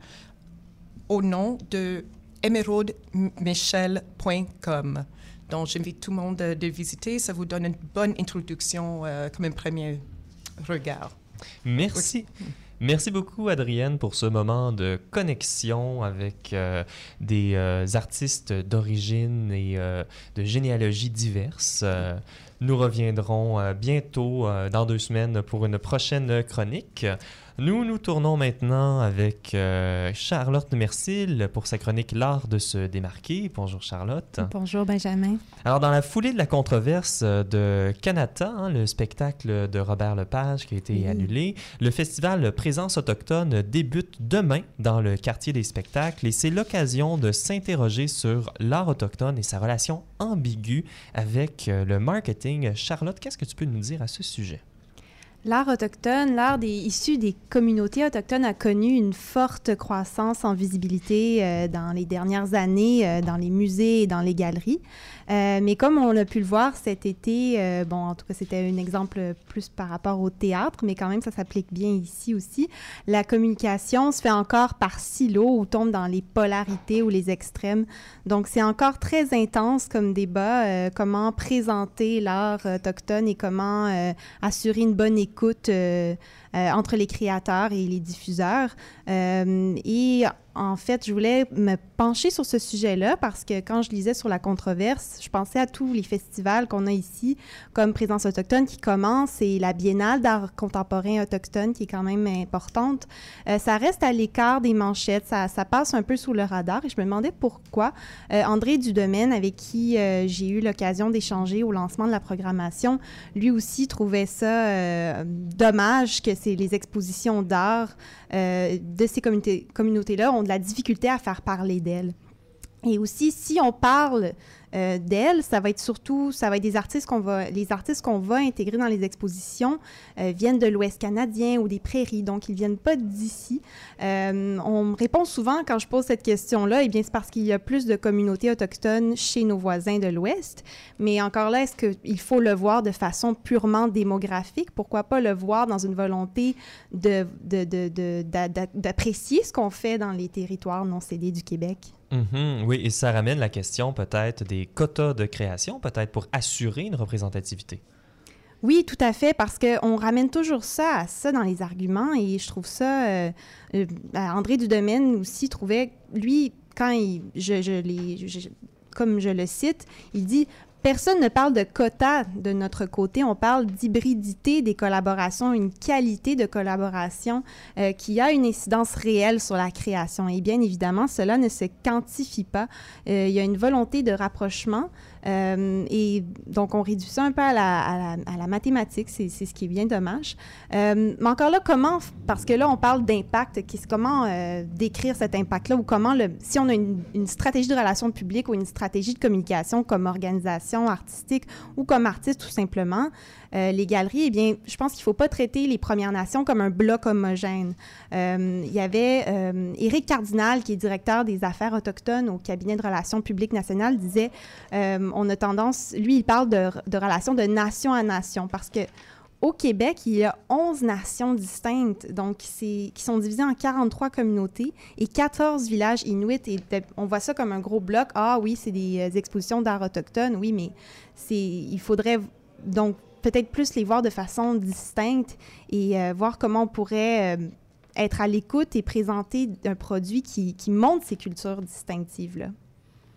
au nom de émeraude michel point com. Donc, j'invite tout le monde de, de visiter. Ça vous donne une bonne introduction euh, comme un premier regard. Merci. Oui. Merci beaucoup, Adrienne, pour ce moment de connexion avec euh, des euh, artistes d'origine et euh, de généalogies diverses. Euh, nous reviendrons euh, bientôt, euh, dans deux semaines, pour une prochaine chronique. Nous nous tournons maintenant avec euh, Charlotte Mercil pour sa chronique « L'art de se démarquer ». Bonjour Charlotte. Bonjour Benjamin. Alors dans la foulée de la controverse de Kanata, hein, le spectacle de Robert Lepage qui a été oui. annulé, le festival Présence autochtone débute demain dans le quartier des spectacles et c'est l'occasion de s'interroger sur l'art autochtone et sa relation ambiguë avec le marketing. Charlotte, qu'est-ce que tu peux nous dire à ce sujet? L'art autochtone, l'art des, issu des communautés autochtones a connu une forte croissance en visibilité euh, dans les dernières années, euh, dans les musées et dans les galeries. Euh, mais comme on a pu le voir cet été, euh, bon, en tout cas, c'était un exemple plus par rapport au théâtre, mais quand même, ça s'applique bien ici aussi. La communication se fait encore par silos ou tombe dans les polarités ou les extrêmes. Donc, c'est encore très intense comme débat, euh, comment présenter l'art autochtone et comment euh, assurer une bonne écoute euh, euh, entre les créateurs et les diffuseurs. Euh, et en fait, je voulais me pencher sur ce sujet-là parce que quand je lisais sur la controverse, je pensais à tous les festivals qu'on a ici, comme Présence autochtone qui commence et la Biennale d'art contemporain autochtone qui est quand même importante. Euh, ça reste à l'écart des manchettes, ça, ça passe un peu sous le radar et je me demandais pourquoi. Euh, André Dudemaine, avec qui euh, j'ai eu l'occasion d'échanger au lancement de la programmation, lui aussi trouvait ça euh, dommage que c'est les expositions d'art euh, de ces communautés, communautés-là ont de la difficulté à faire parler d'elles. Et aussi, si on parle euh, d'elles, ça va être surtout, ça va être des artistes qu'on va, les artistes qu'on va intégrer dans les expositions euh, viennent de l'Ouest canadien ou des prairies, donc ils viennent pas d'ici. Euh, on me répond souvent quand je pose cette question-là, eh bien c'est parce qu'il y a plus de communautés autochtones chez nos voisins de l'Ouest, mais encore là, est-ce qu'il faut le voir de façon purement démographique? Pourquoi pas le voir dans une volonté de, de, de, de, de, d'apprécier ce qu'on fait dans les territoires non cédés du Québec? Mm-hmm, oui, et ça ramène la question peut-être des quotas de création, peut-être pour assurer une représentativité. Oui, tout à fait, parce qu'on ramène toujours ça à ça dans les arguments et je trouve ça... Euh, euh, André Dudemaine aussi trouvait, lui, quand il, je, je les, je, comme je le cite, il dit... Personne ne parle de quotas de notre côté, on parle d'hybridité des collaborations, une qualité de collaboration euh, qui a une incidence réelle sur la création. Et bien évidemment, cela ne se quantifie pas. Euh, il y a une volonté de rapprochement euh, et donc on réduit ça un peu à la, à la, à la mathématique, c'est, c'est ce qui est bien dommage. Euh, mais encore là, comment, parce que là on parle d'impact, comment euh, décrire cet impact-là ou comment, le, si on a une, une stratégie de relations publiques ou une stratégie de communication comme organisation artistique ou comme artiste tout simplement, euh, les galeries, eh bien, je pense qu'il ne faut pas traiter les Premières Nations comme un bloc homogène. Euh, il y avait euh, Éric Cardinal, qui est directeur des affaires autochtones au cabinet de relations publiques nationales, disait, euh, on a tendance, lui, il parle de, de relations de nation à nation parce que au Québec, il y a onze nations distinctes, donc c'est, qui sont divisées en quarante-trois communautés et quatorze villages inuits. Et on voit ça comme un gros bloc. Ah oui, c'est des euh, expositions d'art autochtone, oui, mais c'est, il faudrait donc peut-être plus les voir de façon distincte et euh, voir comment on pourrait euh, être à l'écoute et présenter un produit qui, qui montre ces cultures distinctives-là.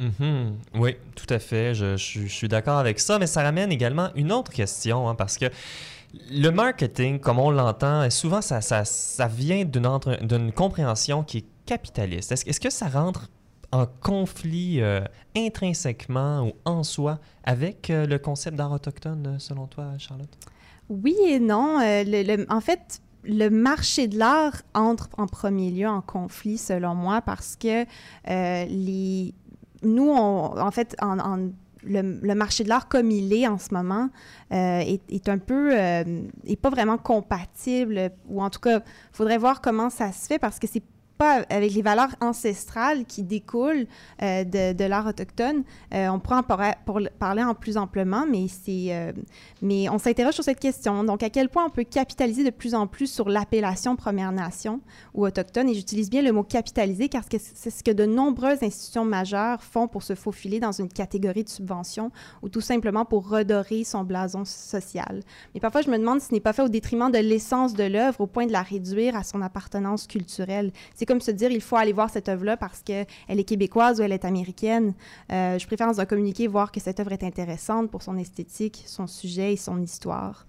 Mm-hmm. Oui, tout à fait. Je, je, je suis d'accord avec ça, mais ça ramène également une autre question, hein, parce que le marketing, comme on l'entend, souvent, ça, ça, ça vient d'une, entre, d'une compréhension qui est capitaliste. Est-ce, est-ce que ça rentre en conflit euh, intrinsèquement ou en soi avec euh, le concept d'art autochtone, selon toi, Charlotte? Oui et non. Euh, le, le, en fait, le marché de l'art entre en premier lieu en conflit, selon moi, parce que euh, les... nous, on, en fait, en, en, le, le marché de l'art comme il est en ce moment euh, est, est un peu... Euh, est pas vraiment compatible, ou en tout cas, il faudrait voir comment ça se fait, parce que c'est pas avec les valeurs ancestrales qui découlent euh, de, de l'art autochtone. Euh, on pourra en par- pour parler en plus amplement, mais, c'est, euh, mais on s'interroge sur cette question. Donc, à quel point on peut capitaliser de plus en plus sur l'appellation Première Nation ou autochtone? Et j'utilise bien le mot capitaliser car c'est ce que de nombreuses institutions majeures font pour se faufiler dans une catégorie de subvention ou tout simplement pour redorer son blason social. Mais parfois, je me demande si ce n'est pas fait au détriment de l'essence de l'œuvre au point de la réduire à son appartenance culturelle. C'est comme se dire, il faut aller voir cette œuvre-là parce qu'elle est québécoise ou elle est américaine. Euh, je préfère dans un communiqué voir que cette œuvre est intéressante pour son esthétique, son sujet et son histoire.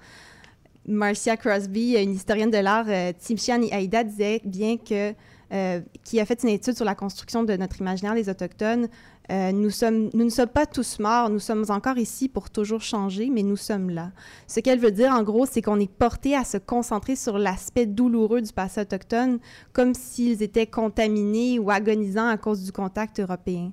Marcia Crosby, une historienne de l'art, euh, Tibshian Aïda, disait bien que, euh, qui a fait une étude sur la construction de notre imaginaire des Autochtones, Euh, nous, sommes, nous ne sommes pas tous morts, nous sommes encore ici pour toujours changer, mais nous sommes là. Ce qu'elle veut dire, en gros, c'est qu'on est porté à se concentrer sur l'aspect douloureux du passé autochtone, comme s'ils étaient contaminés ou agonisants à cause du contact européen.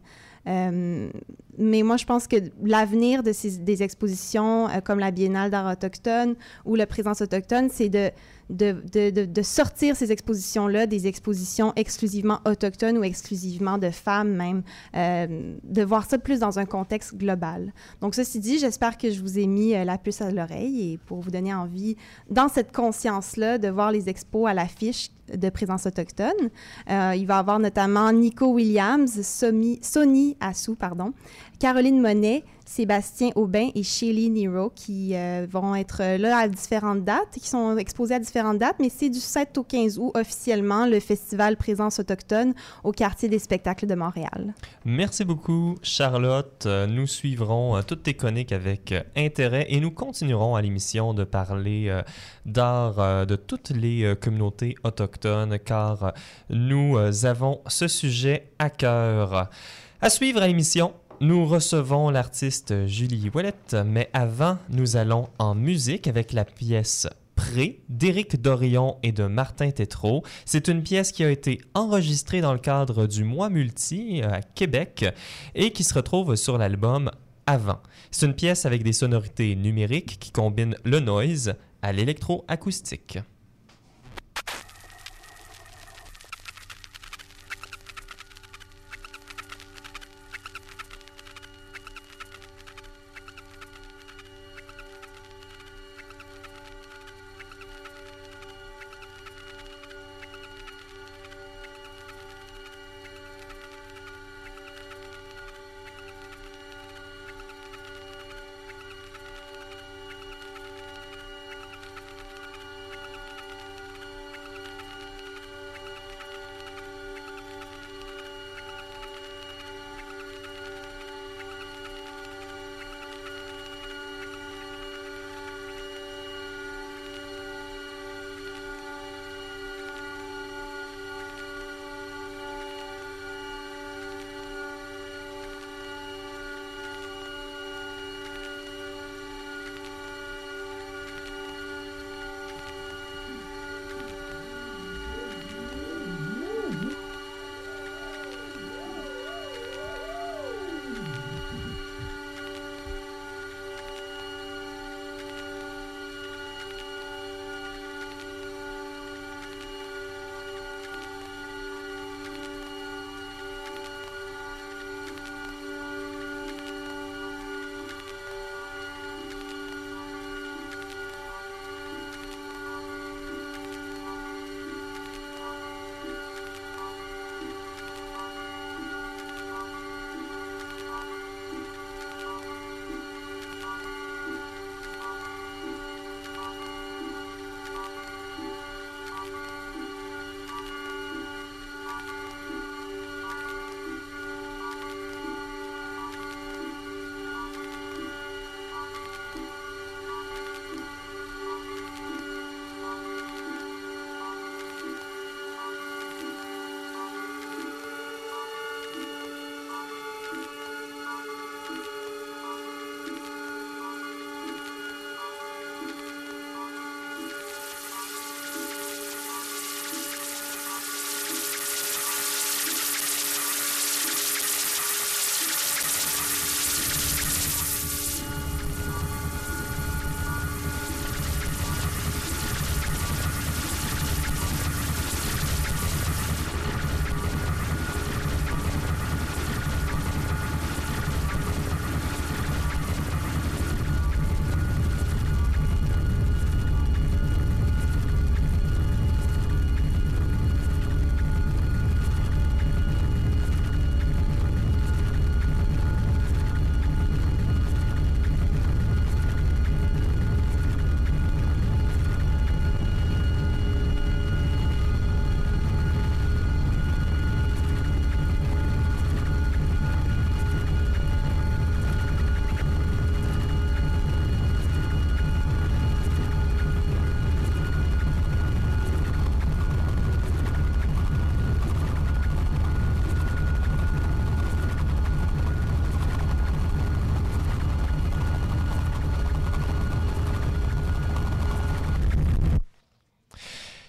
Euh, mais moi, je pense que l'avenir de ces, des expositions euh, comme la Biennale d'art autochtone ou la présence autochtone, c'est de, de, de, de, de sortir ces expositions-là, des expositions exclusivement autochtones ou exclusivement de femmes même, euh, de voir ça plus dans un contexte global. Donc, ceci dit, j'espère que je vous ai mis euh, la puce à l'oreille et pour vous donner envie, dans cette conscience-là, de voir les expos à l'affiche de présence autochtone. Euh, il va y avoir notamment Nico Williams, Somi, Sonny Assou, pardon, Caroline Monet, Sébastien Aubin et Shelly Nero qui euh, vont être là à différentes dates, qui sont exposés à différentes dates, mais c'est du sept au quinze août officiellement le festival Présence autochtone au quartier des spectacles de Montréal. Merci beaucoup, Charlotte. Nous suivrons euh, toutes tes chroniques avec euh, intérêt et nous continuerons à l'émission de parler euh, d'art euh, de toutes les euh, communautés autochtones car euh, nous euh, avons ce sujet à cœur. À suivre à l'émission, nous recevons l'artiste Julie Ouellette, mais avant, nous allons en musique avec la pièce Pré d'Éric Dorion et de Martin Tétrault. C'est une pièce qui a été enregistrée dans le cadre du Mois Multi à Québec et qui se retrouve sur l'album Avant. C'est une pièce avec des sonorités numériques qui combinent le noise à l'électroacoustique.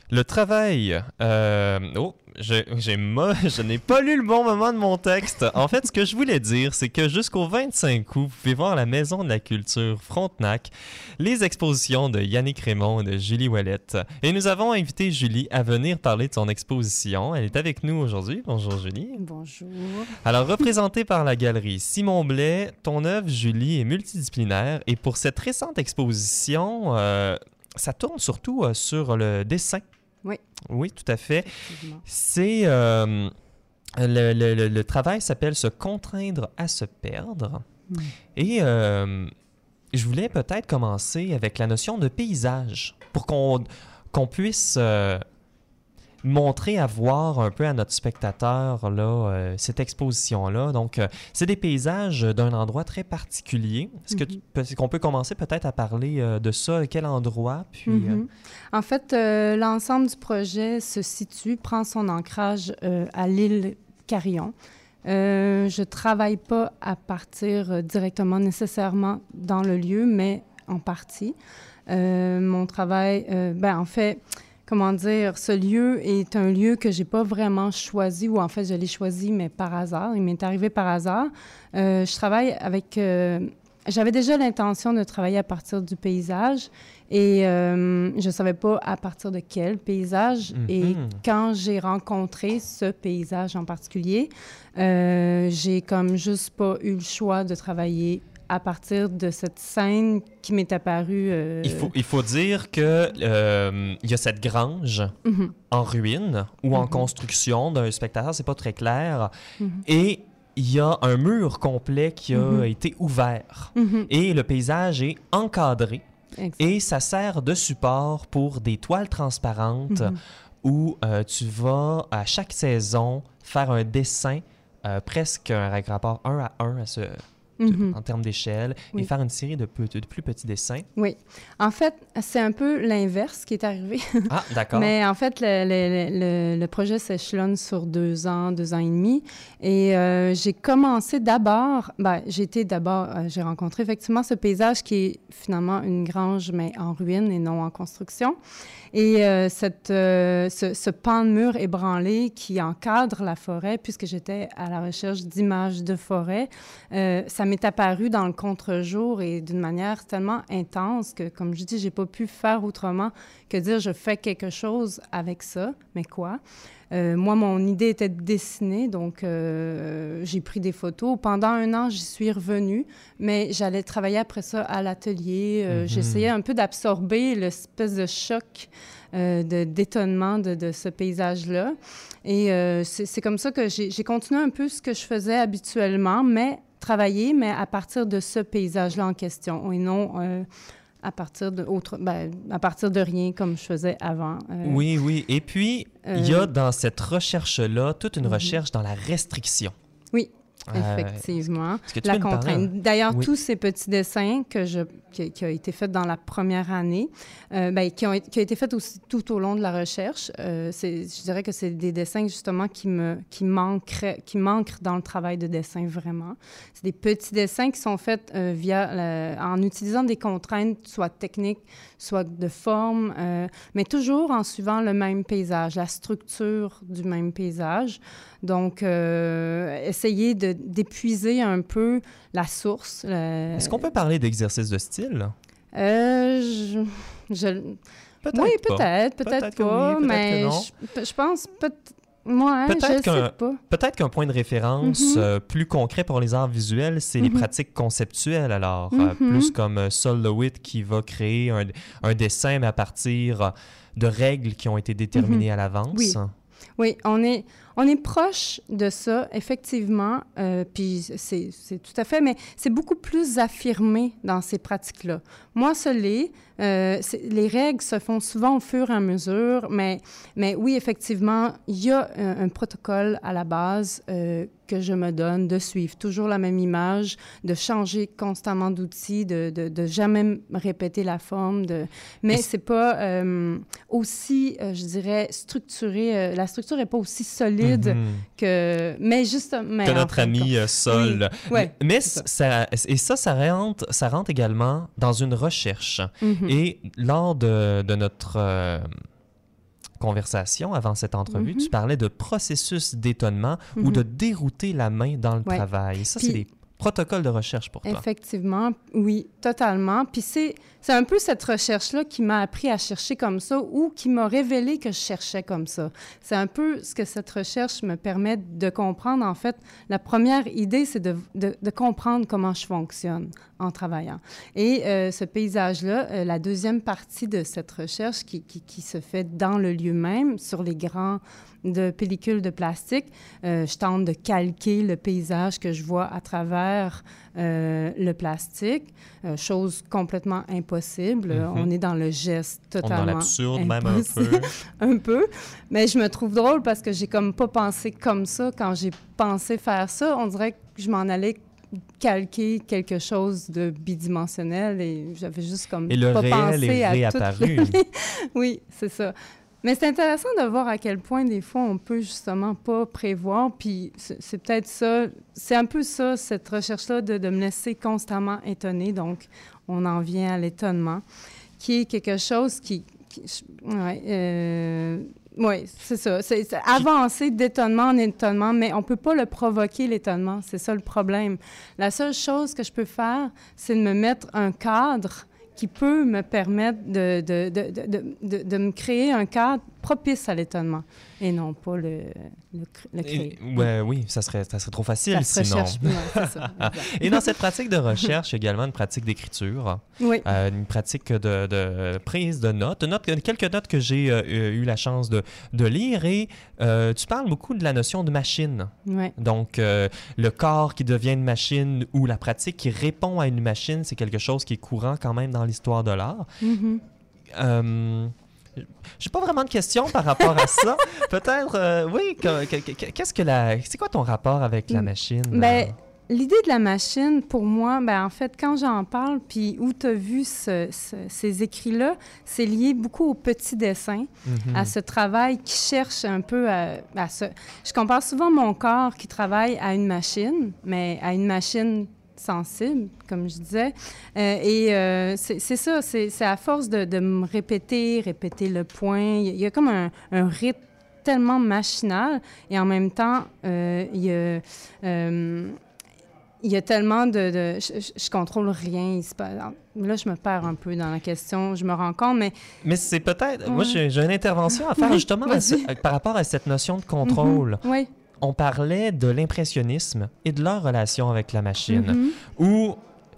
Le travail... Euh, oh, je, j'ai mo- je n'ai pas lu le bon moment de mon texte. En fait, ce que je voulais dire, c'est que jusqu'au vingt-cinq août, vous pouvez voir à la Maison de la Culture Frontenac les expositions de Yannick Raymond et de Julie Ouellette. Et nous avons invité Julie à venir parler de son exposition. Elle est avec nous aujourd'hui. Bonjour Julie. Bonjour. Alors, représentée par la galerie Simon Blais, ton œuvre, Julie, est multidisciplinaire. Et pour cette récente exposition, euh, ça tourne surtout euh, sur le dessin. Oui. Oui, tout à fait. C'est... Euh, le, le, le, le travail s'appelle « Se contraindre à se perdre mmh. ». Et euh, je voulais peut-être commencer avec la notion de paysage pour qu'on, qu'on puisse euh, montrer à voir un peu à notre spectateur là, euh, cette exposition-là. Donc, euh, c'est des paysages d'un endroit très particulier. Est-ce que tu, est-ce qu'on peut commencer peut-être à parler euh, de ça? Quel endroit? Puis, mm-hmm. euh... En fait, euh, l'ensemble du projet se situe, prend son ancrage euh, à l'île Carillon. Euh, je ne travaille pas à partir euh, directement nécessairement dans le lieu, mais en partie. Euh, mon travail, euh, ben, en fait... Comment dire, ce lieu est un lieu que j'ai pas vraiment choisi, ou en fait, je l'ai choisi, mais par hasard. Il m'est arrivé par hasard. Euh, je travaille avec... Euh, j'avais déjà l'intention de travailler à partir du paysage et euh, je savais pas à partir de quel paysage. Mm-hmm. Et quand j'ai rencontré ce paysage en particulier, euh, j'ai comme juste pas eu le choix de travailler à partir de cette scène qui m'est apparue... Euh... Il, faut, il faut dire qu'il euh, y a cette grange mm-hmm. en ruine ou mm-hmm. en construction d'un spectateur, c'est pas très clair, mm-hmm. et il y a un mur complet qui a mm-hmm. été ouvert. Mm-hmm. Et le paysage est encadré. Exact. Et ça sert de support pour des toiles transparentes mm-hmm. où euh, tu vas, à chaque saison, faire un dessin euh, presque un rapport un à un à ce... Mm-hmm. en termes d'échelle, oui. et faire une série de, peu, de plus petits dessins. Oui. En fait, c'est un peu l'inverse qui est arrivé. Ah, d'accord. Mais en fait, le, le, le, le projet s'échelonne sur deux ans, deux ans et demi. Et euh, j'ai commencé d'abord... Ben, j'ai été d'abord... Euh, j'ai rencontré effectivement ce paysage qui est finalement une grange, mais en ruine et non en construction. Et euh, cette, euh, ce, ce pan de mur ébranlé qui encadre la forêt, puisque j'étais à la recherche d'images de forêt, euh, ça m'est apparu dans le contre-jour et d'une manière tellement intense que, comme je dis, j'ai pas pu faire autrement que dire je fais quelque chose avec ça. Mais quoi? Euh, moi, mon idée était de dessiner, donc euh, j'ai pris des photos. Pendant un an, j'y suis revenue, mais j'allais travailler après ça à l'atelier. Euh, mm-hmm. J'essayais un peu d'absorber l'espèce de choc, euh, de, d'étonnement de, de ce paysage-là. Et euh, c'est, c'est comme ça que j'ai, j'ai continué un peu ce que je faisais habituellement, mais travailler, mais à partir de ce paysage-là en question, et non... Euh, à partir de autre, ben, à partir de rien comme je faisais avant. Euh, oui, oui. Et puis, il euh, y a dans cette recherche-là toute une mm-hmm. recherche dans la restriction. Oui, effectivement. Euh, la contrainte. D'ailleurs, oui. tous ces petits dessins que je, qui, qui ont été faits dans la première année, euh, ben, qui, ont, qui ont été faits aussi tout au long de la recherche, euh, c'est, je dirais que c'est des dessins justement qui me qui manqueraient, qui manquent dans le travail de dessin vraiment. C'est des petits dessins qui sont faits euh, via la, en utilisant des contraintes, soit techniques, soit de forme, euh, mais toujours en suivant le même paysage, la structure du même paysage. Donc, euh, essayer de, d'épuiser un peu la source. Le... Est-ce qu'on peut parler d'exercice de style? Euh, je, je... Peut-être oui, pas. peut-être, peut-être, peut-être pas, oui, peut-être mais je, je pense peut-être... Moi, peut-être je qu'un, sais pas. Peut-être qu'un point de référence mm-hmm. euh, plus concret pour les arts visuels, c'est mm-hmm. les pratiques conceptuelles, alors. Mm-hmm. Euh, plus comme euh, Sol Lewitt qui va créer un, un dessin, mais à partir de règles qui ont été déterminées mm-hmm. à l'avance. Oui. Oui, on est, on est proche de ça, effectivement, euh, puis c'est, c'est tout à fait, mais c'est beaucoup plus affirmé dans ces pratiques-là. Moi, ce l'est. Euh, c'est, les règles se font souvent au fur et à mesure, mais, mais oui, effectivement, il y a un, un protocole à la base euh, que je me donne de suivre toujours la même image, de changer constamment d'outils, de, de, de jamais répéter la forme, de... mais c'est, c'est pas euh, aussi, euh, je dirais, structuré, euh, la structure n'est pas aussi solide mm-hmm. que... Mais justement... Que notre ami euh, Sol. Oui. Ouais, mais ça. Ça, et ça, ça rentre, ça rentre également dans une recherche. Mm-hmm. Et lors de, de notre euh, conversation, avant cette entrevue, Mm-hmm. tu parlais de processus d'étonnement mm-hmm. ou de dérouter la main dans le ouais. travail. Et ça, Puis, c'est des protocole de recherche pour toi. Effectivement, oui, totalement. Puis c'est, c'est un peu cette recherche-là qui m'a appris à chercher comme ça ou qui m'a révélé que je cherchais comme ça. C'est un peu ce que cette recherche me permet de comprendre. En fait, la première idée, c'est de, de, de comprendre comment je fonctionne en travaillant. Et euh, ce paysage-là, euh, la deuxième partie de cette recherche qui, qui, qui se fait dans le lieu même, sur les grands de pellicules de plastique, euh, je tente de calquer le paysage que je vois à travers euh, le plastique, euh, chose complètement impossible. Mm-hmm. On est dans le geste totalement On est dans l'absurde, impossible. Même un peu. un peu. Mais je me trouve drôle parce que j'ai comme pas pensé comme ça quand j'ai pensé faire ça. On dirait que je m'en allais calquer quelque chose de bidimensionnel et j'avais juste comme et le pas réel pensé est à réapparu. toutes les... Oui, c'est ça. Mais c'est intéressant de voir à quel point, des fois, on peut justement pas prévoir. Puis c'est, c'est peut-être ça, c'est un peu ça, cette recherche-là, de, de me laisser constamment étonner. Donc, on en vient à l'étonnement, qui est quelque chose qui... qui ouais, euh, oui, c'est ça. C'est, c'est avancer d'étonnement en étonnement, mais on ne peut pas le provoquer, l'étonnement. C'est ça le problème. La seule chose que je peux faire, c'est de me mettre un cadre qui peut me permettre de, de, de, de, de, de me créer un cadre propice à l'étonnement et non pas le, le, le créer. Et, ouais, oui, ça serait, ça serait trop facile ça sinon. Recherche, ouais, c'est ça, et dans cette pratique de recherche, également une pratique d'écriture, oui. euh, une pratique de, de prise de notes, notes, quelques notes que j'ai euh, eu la chance de, de lire et euh, tu parles beaucoup de la notion de machine. Ouais. Donc, euh, le corps qui devient une machine ou la pratique qui répond à une machine, c'est quelque chose qui est courant quand même dans l'histoire de l'art. Mm-hmm. Euh, J'ai pas vraiment de questions par rapport à ça. Peut-être, euh, oui, que, que, que, qu'est-ce que la... C'est quoi ton rapport avec la machine? Ben, l'idée de la machine, pour moi, ben, en fait, quand j'en parle, puis où tu as vu ce, ce, ces écrits-là, c'est lié beaucoup au petit dessin, mm-hmm. à ce travail qui cherche un peu à, à ce... Je compare souvent mon corps qui travaille à une machine, mais à une machine sensible, comme je disais. Euh, et euh, c'est, c'est ça, c'est, c'est à force de, de me répéter, répéter le point. Il y a comme un, un rythme tellement machinal et en même temps, euh, il y a... Euh, il y a tellement de... de je, je, je contrôle rien. Il se passe, là, je me perds un peu dans la question. Je me rends compte, mais... Mais c'est peut-être... Ouais. Moi, j'ai, j'ai une intervention à faire justement à ce, par rapport à cette notion de contrôle. Mm-hmm. Oui. On parlait de l'impressionnisme et de leur relation avec la machine, mm-hmm. où,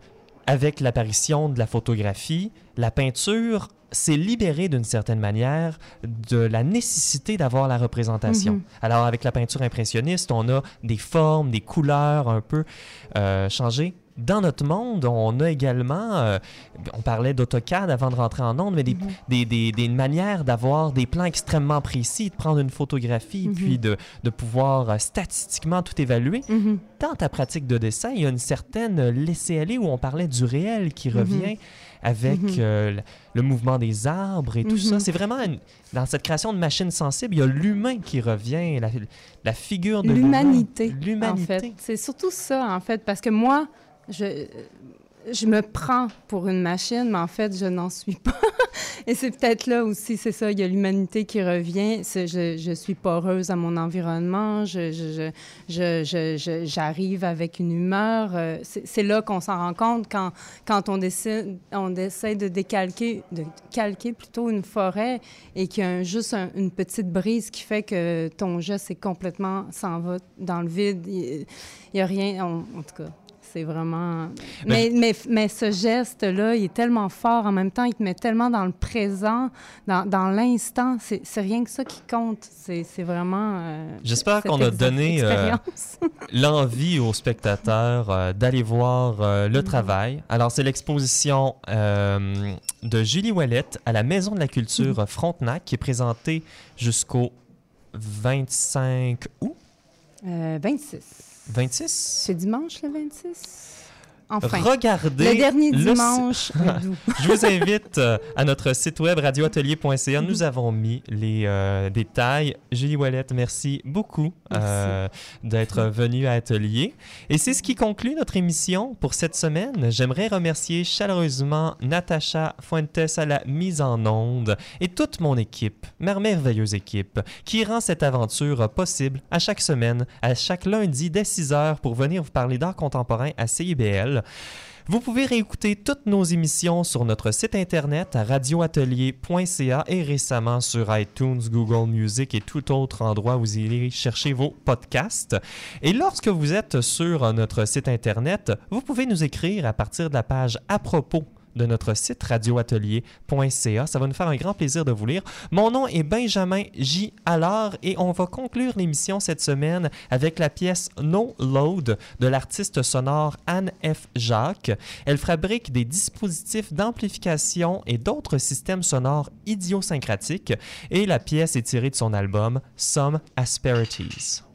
avec l'apparition de la photographie, la peinture s'est libérée d'une certaine manière de la nécessité d'avoir la représentation. Mm-hmm. Alors, avec la peinture impressionniste, on a des formes, des couleurs un peu euh, changées. Dans notre monde, on a également, euh, on parlait d'AutoCAD avant de rentrer en ondes, mais des, mm-hmm. des, des, des manières d'avoir des plans extrêmement précis, de prendre une photographie, mm-hmm. puis de, de pouvoir euh, statistiquement tout évaluer. Mm-hmm. Dans ta pratique de dessin, il y a une certaine laisser-aller où on parlait du réel qui revient mm-hmm. avec mm-hmm. euh, le, le mouvement des arbres et tout mm-hmm. ça. C'est vraiment, une, dans cette création de machines sensibles, il y a l'humain qui revient, la, la figure de l'humanité. L'humain. L'humanité. En fait. C'est surtout ça, en fait, parce que moi, Je, je me prends pour une machine, mais en fait, je n'en suis pas. Et c'est peut-être là aussi, c'est ça, il y a l'humanité qui revient. C'est, je, je suis poreuse à mon environnement, je, je, je, je, je, j'arrive avec une humeur. Euh, c'est, c'est là qu'on s'en rend compte quand, quand on, décide, on essaie de décalquer, de calquer plutôt une forêt et qu'il y a un, juste un, une petite brise qui fait que ton geste est complètement, s'en va dans le vide. Il n'y a rien, on, en tout cas... C'est vraiment... Mais, ben... mais, mais ce geste-là, il est tellement fort. En même temps, il te met tellement dans le présent, dans, dans l'instant. C'est, c'est rien que ça qui compte. C'est, c'est vraiment... Euh, J'espère qu'on a donné euh, l'envie aux spectateurs euh, d'aller voir euh, le mm-hmm. travail. Alors, c'est l'exposition euh, de Julie Ouellette à la Maison de la Culture mm-hmm. Frontenac qui est présentée jusqu'au vingt-cinq août. Euh, vingt-six. vingt-six? C'est dimanche, le vingt-six? enfin. regardez le dernier le dimanche d'août. Je vous invite euh, à notre site web radio atelier point c a. Mm-hmm. Nous avons mis les euh, détails. Julie Ouellette, merci beaucoup euh, d'être venue à Atelier. Et c'est ce qui conclut notre émission pour cette semaine. J'aimerais remercier chaleureusement Natacha Fuentes à la mise en onde et toute mon équipe, ma merveilleuse équipe, qui rend cette aventure possible à chaque semaine, à chaque lundi dès six heures pour venir vous parler d'art contemporain à C I B L. Vous pouvez réécouter toutes nos émissions sur notre site internet à radio atelier point c a et récemment sur iTunes, Google Music et tout autre endroit où vous irez chercher vos podcasts. Et lorsque vous êtes sur notre site internet, vous pouvez nous écrire à partir de la page « À propos » de notre site radio atelier point c a. Ça va nous faire un grand plaisir de vous lire. Mon nom est Benjamin J. Allard et on va conclure l'émission cette semaine avec la pièce No Load de l'artiste sonore Anne F. Jacques. Elle fabrique des dispositifs d'amplification et d'autres systèmes sonores idiosyncratiques et la pièce est tirée de son album Some Asperities.